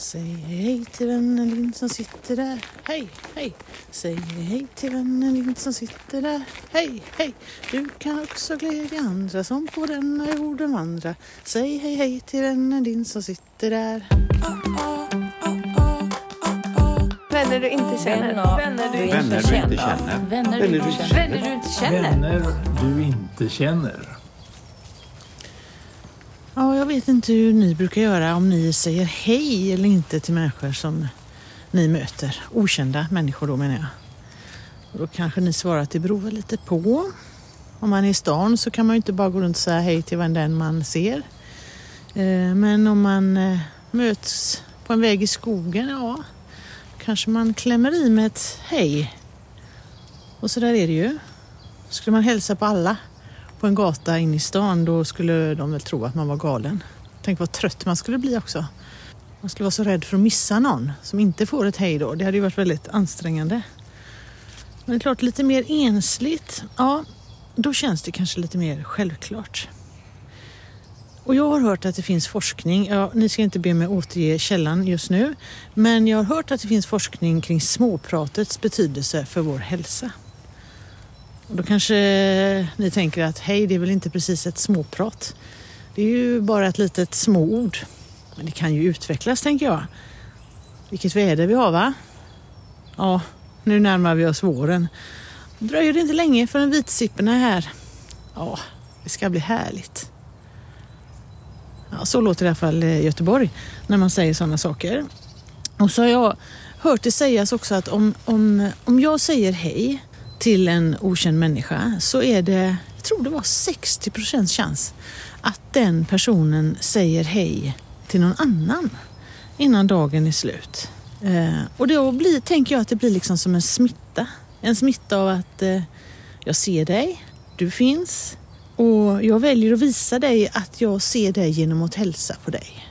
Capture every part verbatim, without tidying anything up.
Säg hej till vännen din som sitter där. Hej, hej. Säg hej till vännen din som sitter där. Hej, hej. Du kan också glädja andra som på denna jorden vandra. Säg hej, hej till vännen din som sitter där. Vänner du inte känner. Vänner du inte känner. Vänner du inte känner. Vänner du inte känner. Vänner du inte känner. Ja, jag vet inte hur ni brukar göra, om ni säger hej eller inte till människor som ni möter. Okända människor då, menar jag. Och då kanske ni svarar att det beror lite på. Om man är i stan så kan man ju inte bara gå runt och säga hej till den man ser. Men om man möts på en väg i skogen, ja, kanske man klämmer i med ett hej. Och så där är det ju. Skulle man hälsa på alla på en gata in i stan, då skulle de väl tro att man var galen. Tänk vad trött man skulle bli också. Man skulle vara så rädd för att missa någon som inte får ett hej då. Det hade ju varit väldigt ansträngande. Men det är klart, lite mer ensligt, ja, då känns det kanske lite mer självklart. Och jag har hört att det finns forskning, ja, ni ska inte be mig återge källan just nu, men jag har hört att det finns forskning kring småpratets betydelse för vår hälsa. Och då kanske ni tänker att hej, det är väl inte precis ett småprat. Det är ju bara ett litet småord. Men det kan ju utvecklas, tänker jag. Vilket väder vi har, va? Ja, nu närmar vi oss våren. Dröjer det inte länge förrän vitsipporna är här. Ja, det ska bli härligt. Ja, så låter det i alla fall i Göteborg när man säger sådana saker. Och så har jag hört det sägas också att om, om, om jag säger hej till en okänd människa, så är det, jag tror det var sextio procent chans att den personen säger hej till någon annan innan dagen är slut. Eh, och då blir, tänker jag att det blir liksom som en smitta. En smitta av att eh, jag ser dig, du finns, och jag väljer att visa dig att jag ser dig genom att hälsa på dig.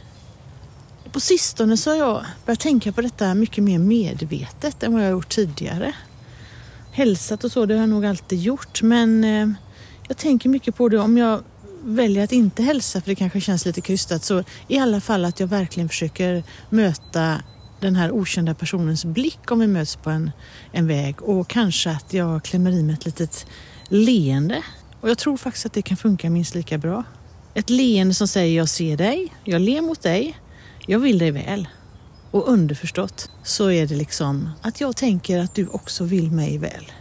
På sistone så har jag börjat tänka på detta mycket mer medvetet än vad jag har gjort tidigare. Hälsat och så, det har jag nog alltid gjort, men eh, jag tänker mycket på det om jag väljer att inte hälsa, för det kanske känns lite krystat, så i alla fall att jag verkligen försöker möta den här okända personens blick om vi möts på en, en väg, och kanske att jag klämmer i med ett litet leende, och jag tror faktiskt att det kan funka minst lika bra. Ett leende som säger jag ser dig, jag ler mot dig, jag vill dig väl. Och underförstått så är det liksom att jag tänker att du också vill mig väl.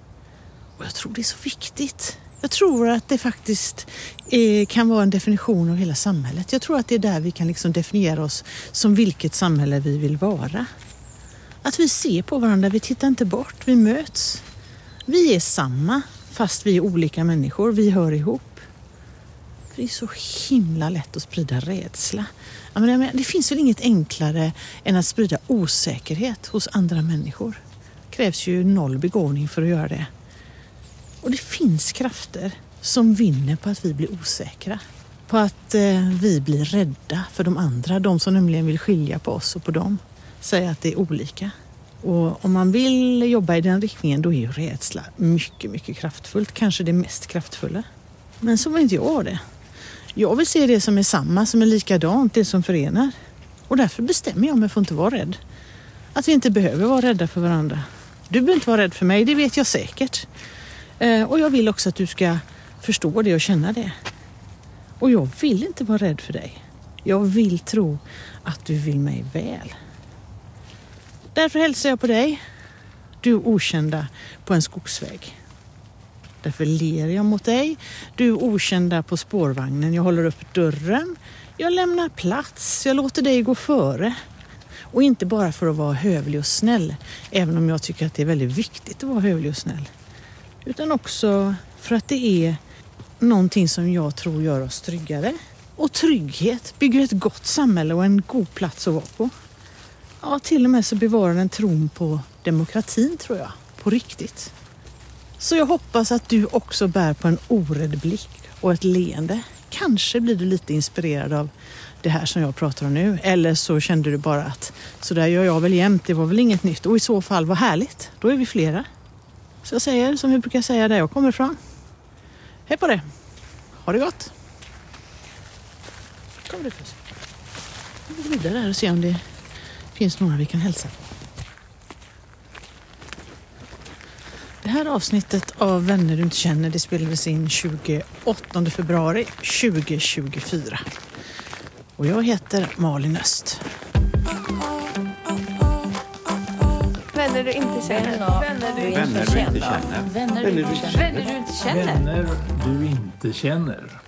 Och jag tror det är så viktigt. Jag tror att det faktiskt är, kan vara en definition av hela samhället. Jag tror att det är där vi kan liksom definiera oss som vilket samhälle vi vill vara. Att vi ser på varandra, vi tittar inte bort, vi möts. Vi är samma fast vi är olika människor, vi hör ihop. Det är så himla lätt att sprida rädsla. Ja, men det finns väl inget enklare än att sprida osäkerhet hos andra människor. Det krävs ju noll begåvning för att göra det. Och det finns krafter som vinner på att vi blir osäkra. På att eh, vi blir rädda för de andra. De som nämligen vill skilja på oss och på dem. Säga att det är olika. Och om man vill jobba i den riktningen, då är ju rädsla mycket, mycket kraftfullt. Kanske det mest kraftfulla. Men så vill inte jag ha det. Jag vill se det som är samma, som är likadant, det som förenar. Och därför bestämmer jag mig för att inte vara rädd. Att vi inte behöver vara rädda för varandra. Du behöver inte vara rädd för mig, det vet jag säkert. Eh, och jag vill också att du ska förstå det och känna det. Och jag vill inte vara rädd för dig. Jag vill tro att du vill mig väl. Därför hälsar jag på dig, du okända på en skogsväg. Därför ler jag mot dig, du okända på spårvagnen. Jag håller upp dörren, jag lämnar plats, jag låter dig gå före. Och inte bara för att vara hövlig och snäll, även om jag tycker att det är väldigt viktigt att vara hövlig och snäll. Utan också för att det är någonting som jag tror gör oss tryggare. Och trygghet bygger ett gott samhälle och en god plats att vara på. Ja, till och med så bevarar den tron på demokratin, tror jag, på riktigt. Så jag hoppas att du också bär på en orädd blick och ett leende. Kanske blir du lite inspirerad av det här som jag pratar om nu. Eller så kände du bara att så där gör jag väl jämt, det var väl inget nytt. Och i så fall, vad härligt, då är vi flera. Så jag säger som vi brukar säga där jag kommer ifrån. Hej på det, ha det gott. Kommer du först? Jag vill vidare där och se om det finns några vi kan hälsa. Det här avsnittet av Vänner du inte känner, det spelades in tjugoåttonde februari tjugohundratjugofyra. Och jag heter Malin Öst. Vänner du inte känner. Vänner du inte känner. Vänner du inte känner. Vänner du inte känner. Vänner du inte känner. Vänner du inte känner.